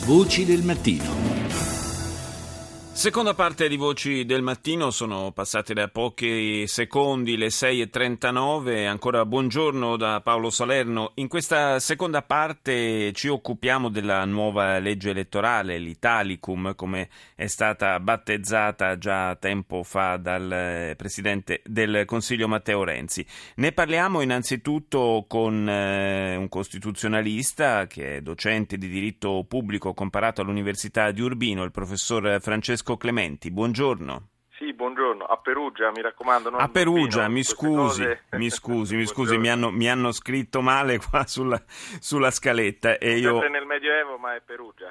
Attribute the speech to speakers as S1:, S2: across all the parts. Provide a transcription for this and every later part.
S1: Voci del mattino.
S2: Seconda parte di Voci del Mattino, sono passate da pochi secondi le 6:39, ancora buongiorno da Paolo Salerno. In questa seconda parte ci occupiamo della nuova legge elettorale, l'Italicum, come è stata battezzata già tempo fa dal Presidente del Consiglio Matteo Renzi. Ne parliamo innanzitutto con un costituzionalista che è docente di diritto pubblico comparato all'Università di Urbino, il professor Francesco Clementi. Buongiorno.
S3: Sì, buongiorno. A Perugia, mi raccomando. Non
S2: a Perugia,
S3: Urbino,
S2: mi scusi, mi hanno scritto male qua sulla scaletta e io...
S3: Sempre nel Medioevo, ma è Perugia.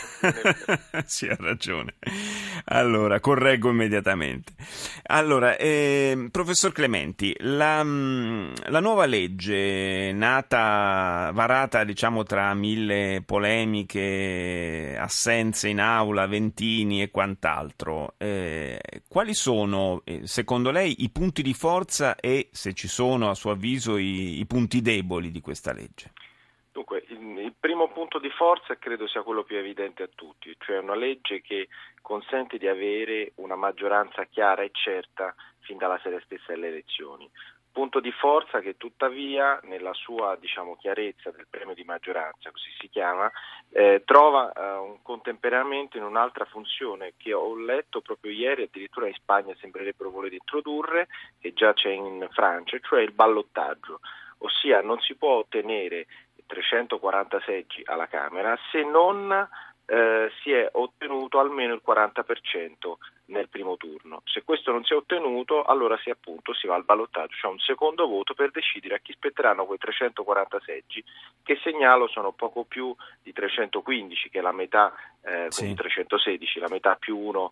S2: Sì, ha ragione. Allora, correggo immediatamente. Allora, professor Clementi, la nuova legge varata diciamo tra mille polemiche, assenze in aula, ventini e quant'altro, quali sono secondo lei i punti di forza e, se ci sono a suo avviso, i punti deboli di questa legge?
S3: Dunque, il primo punto di forza credo sia quello più evidente a tutti, cioè una legge che consente di avere una maggioranza chiara e certa fin dalla sera stessa delle elezioni. Punto di forza che tuttavia, nella sua chiarezza del premio di maggioranza, così si chiama, trova un contemperamento in un'altra funzione che ho letto proprio ieri, addirittura in Spagna sembrerebbero voler introdurre, che già c'è in Francia, cioè il ballottaggio, ossia non si può ottenere 340 seggi alla Camera se non si è ottenuto almeno il 40% nel primo turno. Se questo non si è ottenuto, allora si va al ballottaggio, cioè un secondo voto per decidere a chi spetteranno quei 340 seggi, che segnalo sono poco più di 315, che è la metà, quindi 316, la metà più uno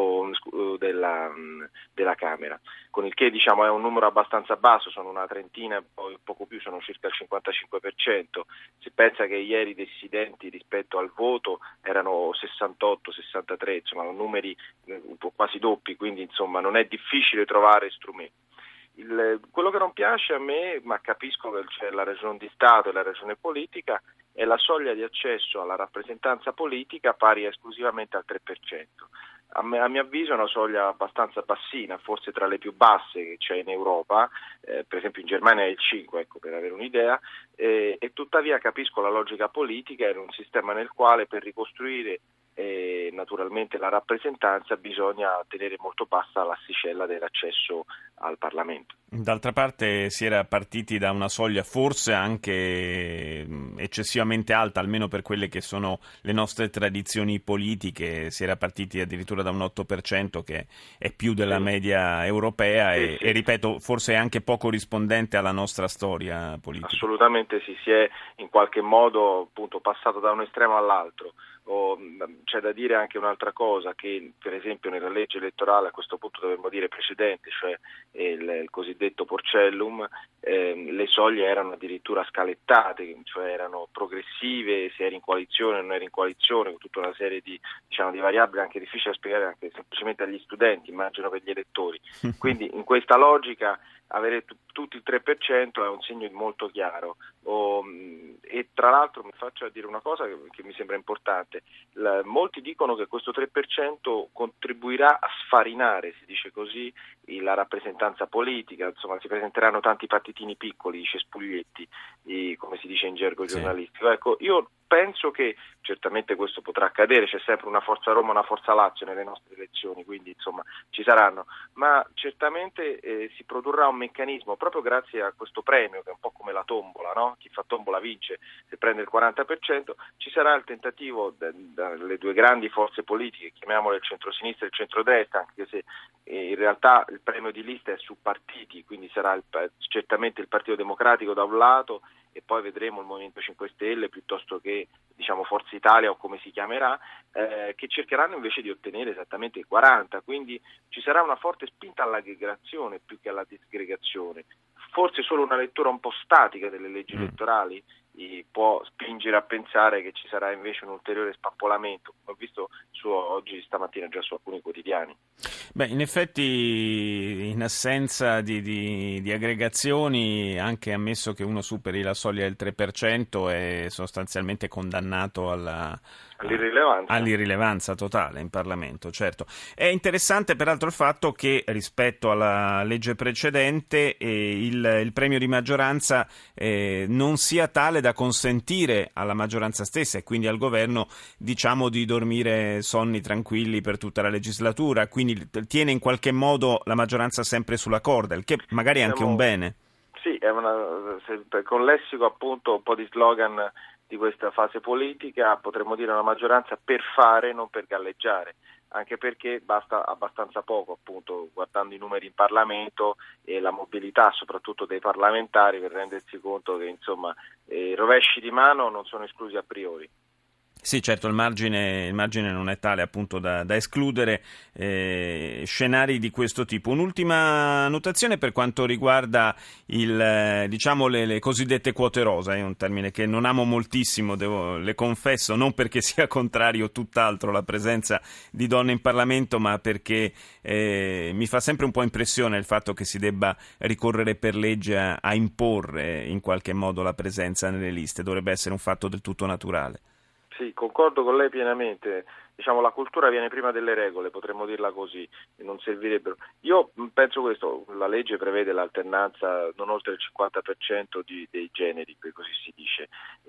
S3: della Camera, con il che è un numero abbastanza basso, sono una trentina, poi poco più, sono circa il 55%. Si pensa che ieri i dissidenti rispetto al voto erano 68-63, insomma numeri quasi doppi, quindi non è difficile trovare strumenti. Quello che non piace a me, ma capisco che c'è la ragione di Stato e la ragione politica, è la soglia di accesso alla rappresentanza politica pari esclusivamente al 3%. A mio avviso è una soglia abbastanza bassina, forse tra le più basse che c'è in Europa, per esempio in Germania è il 5, ecco, per avere un'idea, e tuttavia capisco la logica politica in un sistema nel quale per ricostruire naturalmente la rappresentanza bisogna tenere molto bassa l'asticella dell'accesso al Parlamento.
S2: D'altra parte si era partiti da una soglia forse anche eccessivamente alta, almeno per quelle che sono le nostre tradizioni politiche. Si era partiti addirittura da un 8%, che è più della media europea e ripeto, forse è anche poco rispondente alla nostra storia politica.
S3: Assolutamente sì, si è in qualche modo appunto passato da un estremo all'altro. C'è da dire anche un'altra cosa, che per esempio nella legge elettorale, a questo punto dovremmo dire precedente, cioè il cosiddetto Porcellum, le soglie erano addirittura scalettate, cioè erano progressive, se eri in coalizione o non eri in coalizione, con tutta una serie di variabili anche difficili da spiegare anche semplicemente agli studenti, immagino per gli elettori. Quindi in questa logica avere tutti il 3% è un segno molto chiaro. E tra l'altro mi faccio dire una cosa che mi sembra importante. Molti dicono che questo 3% contribuirà a sfarinare, si dice così, la rappresentanza politica, insomma si presenteranno tanti partitini piccoli, i cespuglietti, come si dice in gergo giornalistico. Ecco, io penso che certamente questo potrà accadere, c'è sempre una forza Roma, una forza Lazio nelle nostre elezioni, quindi ci saranno, ma certamente si produrrà un meccanismo proprio grazie a questo premio, che è un po' come la tombola, no? Chi fa tombola vince, se prende il 40%, ci sarà il tentativo dalle due grandi forze politiche, chiamiamole il centro-sinistra e il centro-destra, anche se in realtà il premio di lista è su partiti, quindi sarà certamente il Partito Democratico da un lato e poi vedremo il Movimento 5 Stelle piuttosto che Forza Italia o come si chiamerà, che cercheranno invece di ottenere esattamente il 40%, quindi ci sarà una forte spinta all'aggregazione più che alla disgregazione. Forse solo una lettura un po' statica delle leggi elettorali può spingere a pensare che ci sarà invece un ulteriore spappolamento, come ho visto oggi stamattina già su alcuni quotidiani.
S2: Beh, in effetti in assenza di aggregazioni, anche ammesso che uno superi la soglia del 3%, è sostanzialmente condannato all'irrilevanza totale in Parlamento, certo. È interessante peraltro il fatto che rispetto alla legge precedente il premio di maggioranza non sia tale da consentire alla maggioranza stessa e quindi al governo, diciamo, di dormire sonni tranquilli per tutta la legislatura, quindi tiene in qualche modo la maggioranza sempre sulla corda, il che magari è anche un bene.
S3: Sì, con lessico appunto un po' di slogan di questa fase politica, potremmo dire una maggioranza per fare, non per galleggiare, anche perché basta abbastanza poco, appunto, guardando i numeri in Parlamento e la mobilità soprattutto dei parlamentari, per rendersi conto che insomma i rovesci di mano non sono esclusi a priori.
S2: Sì, certo, il margine non è tale appunto da escludere scenari di questo tipo. Un'ultima notazione per quanto riguarda le cosiddette quote rosa, è un termine che non amo moltissimo, le confesso, non perché sia contrario tutt'altro alla presenza di donne in Parlamento, ma perché mi fa sempre un po' impressione il fatto che si debba ricorrere per legge a imporre in qualche modo la presenza nelle liste, dovrebbe essere un fatto del tutto naturale.
S3: Sì, concordo con lei pienamente. Diciamo, la cultura viene prima delle regole, potremmo dirla così, e non servirebbero. Io penso questo, la legge prevede l'alternanza non oltre il 50% dei generi, così si dice,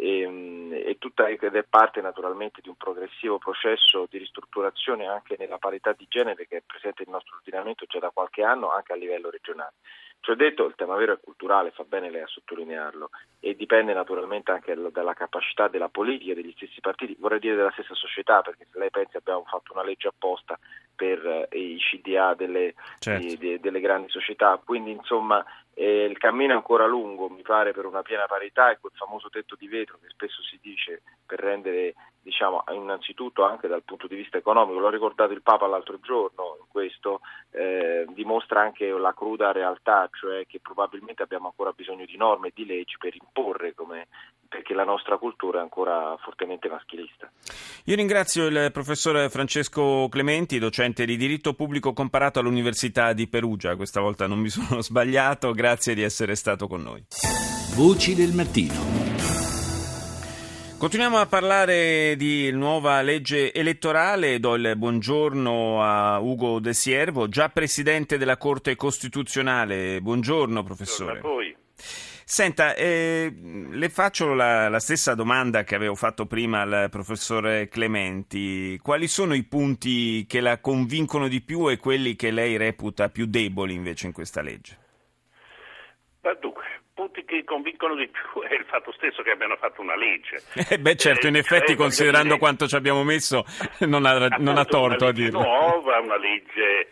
S3: ed è parte naturalmente di un progressivo processo di ristrutturazione anche nella parità di genere che è presente nel nostro ordinamento già da qualche anno anche a livello regionale. Ciò detto, il tema vero è culturale, fa bene lei a sottolinearlo, e dipende naturalmente anche dalla capacità della politica, degli stessi partiti, vorrei dire della stessa società, perché se lei pensa abbiamo fatto una legge apposta per i CDA delle grandi società, quindi insomma il cammino è ancora lungo, mi pare, per una piena parità e quel famoso tetto di vetro che spesso si dice per rendere, diciamo, innanzitutto anche dal punto di vista economico, l'ho ricordato il Papa l'altro giorno, in questo dimostra anche la cruda realtà, cioè che probabilmente abbiamo ancora bisogno di norme e di leggi per imporre, perché la nostra cultura è ancora fortemente maschilista.
S2: Io ringrazio il professor Francesco Clementi, docente di diritto pubblico comparato all'Università di Perugia. Questa volta non mi sono sbagliato, grazie di essere stato con noi.
S1: Voci del mattino.
S2: Continuiamo a parlare di nuova legge elettorale. Do il buongiorno a Ugo De Siervo, già presidente della Corte Costituzionale. Buongiorno professore.
S4: Buongiorno a voi.
S2: Senta, le faccio la stessa domanda che avevo fatto prima al professor Clementi. Quali sono i punti che la convincono di più e quelli che lei reputa più deboli invece in questa legge?
S4: Ma dunque, punti che convincono di più è il fatto stesso che abbiano fatto una legge.
S2: Certo, in effetti, considerando quanto ci abbiamo messo, non ha torto a dirlo.
S4: Una legge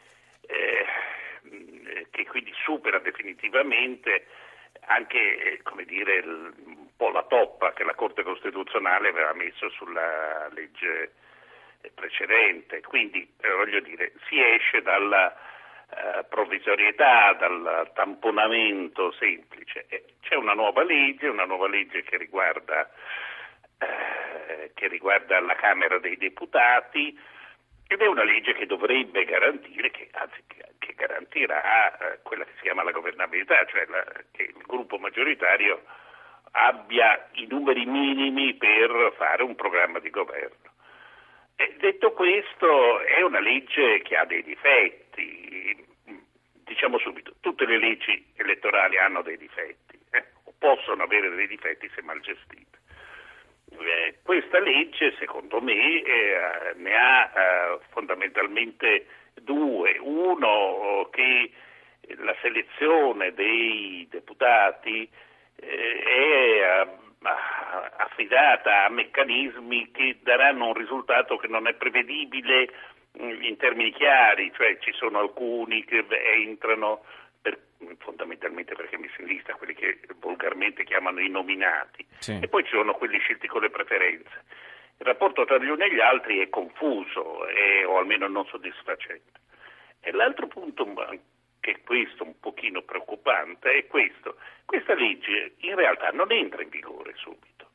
S4: che quindi supera definitivamente anche, come dire, un po' la toppa che la Corte Costituzionale aveva messo sulla legge precedente. Quindi, voglio dire, si esce dalla provvisorietà, dal tamponamento semplice. C'è una nuova legge che riguarda la Camera dei Deputati, ed è una legge che dovrebbe garantire, che garantirà quella che si chiama la governabilità, cioè che il gruppo maggioritario abbia i numeri minimi per fare un programma di governo. Detto questo, è una legge che ha dei difetti, diciamo subito, tutte le leggi elettorali hanno dei difetti, o possono avere dei difetti se mal gestite. Questa legge, secondo me, ne ha fondamentalmente due. Uno, che la selezione dei deputati è affidata a meccanismi che daranno un risultato che non è prevedibile in termini chiari, cioè ci sono alcuni che entrano fondamentalmente perché mi si lista quelli che volgarmente chiamano i nominati, sì. E poi ci sono quelli scelti con le preferenze. Il rapporto tra gli uni e gli altri è confuso o almeno non soddisfacente. E l'altro punto, che è questo un pochino preoccupante, è questo: questa legge in realtà non entra in vigore subito,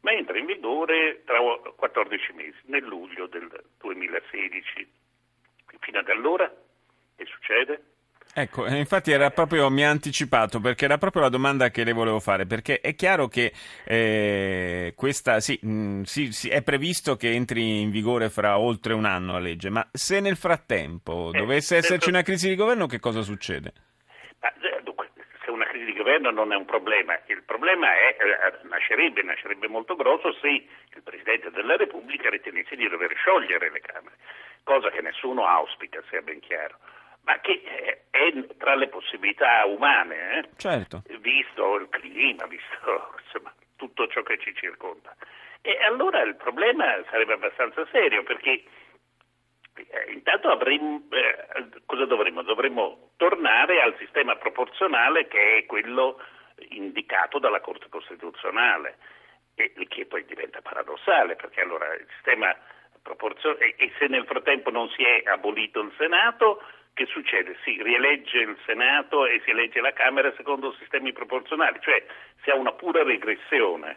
S4: ma entra in vigore tra 14 mesi, nel luglio del 2016. Fino ad allora che succede?
S2: Ecco, infatti mi ha anticipato, perché era proprio la domanda che le volevo fare, perché è chiaro che questa è previsto che entri in vigore fra oltre un anno la legge, ma se nel frattempo dovesse esserci una crisi di governo, che cosa succede?
S4: Dunque, se una crisi di governo non è un problema, il problema nascerebbe molto grosso se il Presidente della Repubblica ritenesse di dover sciogliere le Camere, cosa che nessuno auspica, sia ben chiaro, ma che è tra le possibilità umane,
S2: Certo.
S4: Visto il clima, visto insomma, tutto ciò che ci circonda. E allora il problema sarebbe abbastanza serio, perché intanto cosa dovremmo? Dovremmo tornare al sistema proporzionale, che è quello indicato dalla Corte Costituzionale, e che poi diventa paradossale, perché allora il sistema proporzionale, e se nel frattempo non si è abolito il Senato, che succede? Si rielegge il Senato e si elegge la Camera secondo sistemi proporzionali, cioè si ha una pura regressione.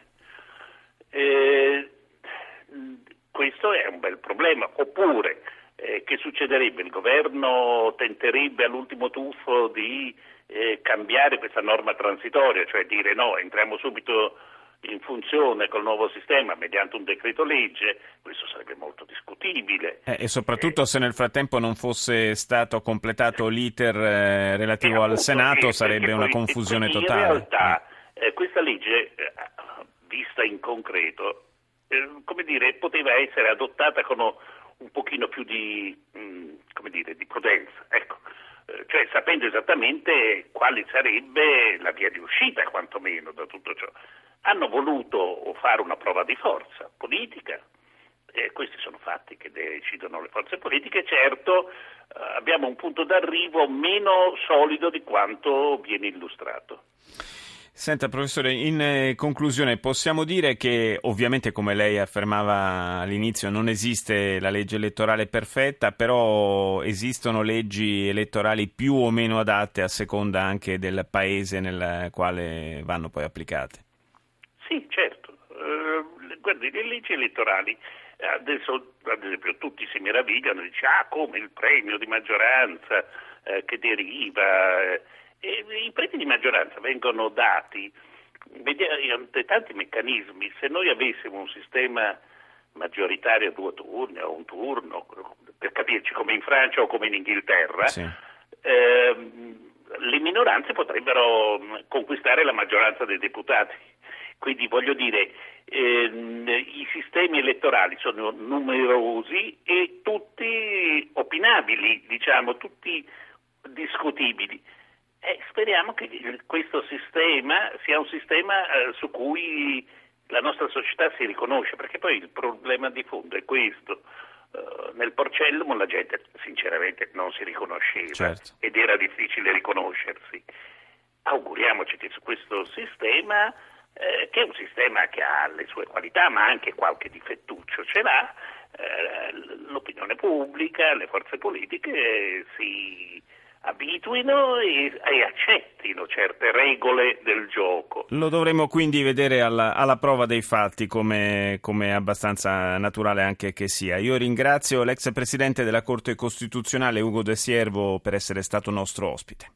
S4: Questo è un bel problema. Oppure, che succederebbe? Il governo tenterebbe all'ultimo tuffo di cambiare questa norma transitoria, cioè dire no, entriamo subito in funzione col nuovo sistema mediante un decreto legge. Questo sarebbe molto discutibile.
S2: E soprattutto se nel frattempo non fosse stato completato l'iter relativo al Senato, sarebbe una confusione totale.
S4: In realtà questa legge, vista in concreto, poteva essere adottata con un pochino più di prudenza, ecco. Cioè sapendo esattamente quale sarebbe la via di uscita, quantomeno, da tutto ciò. Hanno voluto fare una prova di forza politica, questi sono fatti che decidono le forze politiche. Certo, abbiamo un punto d'arrivo meno solido di quanto viene illustrato.
S2: Senta, professore, in conclusione possiamo dire che ovviamente, come lei affermava all'inizio, non esiste la legge elettorale perfetta, però esistono leggi elettorali più o meno adatte a seconda anche del paese nel quale vanno poi applicate.
S4: Sì, certo. Guardi, le leggi elettorali, adesso ad esempio tutti si meravigliano, dice come il premio di maggioranza che deriva... I premi di maggioranza vengono dati mediante tanti meccanismi. Se noi avessimo un sistema maggioritario a 2 turni o un turno, per capirci, come in Francia o come in Inghilterra, sì, le minoranze potrebbero conquistare la maggioranza dei deputati. Quindi voglio dire, i sistemi elettorali sono numerosi e tutti opinabili, diciamo, tutti discutibili. Speriamo che questo sistema sia un sistema su cui la nostra società si riconosce, perché poi il problema di fondo è questo. Nel Porcellum la gente sinceramente non si riconosceva, certo, ed era difficile riconoscersi. Auguriamoci che su questo sistema, che è un sistema che ha le sue qualità ma anche qualche difettuccio ce l'ha, l'opinione pubblica, le forze politiche si abituino e accettino certe regole del gioco.
S2: Lo dovremo quindi vedere alla prova dei fatti, come è abbastanza naturale anche che sia. Io ringrazio l'ex presidente della Corte Costituzionale Ugo De Siervo per essere stato nostro ospite.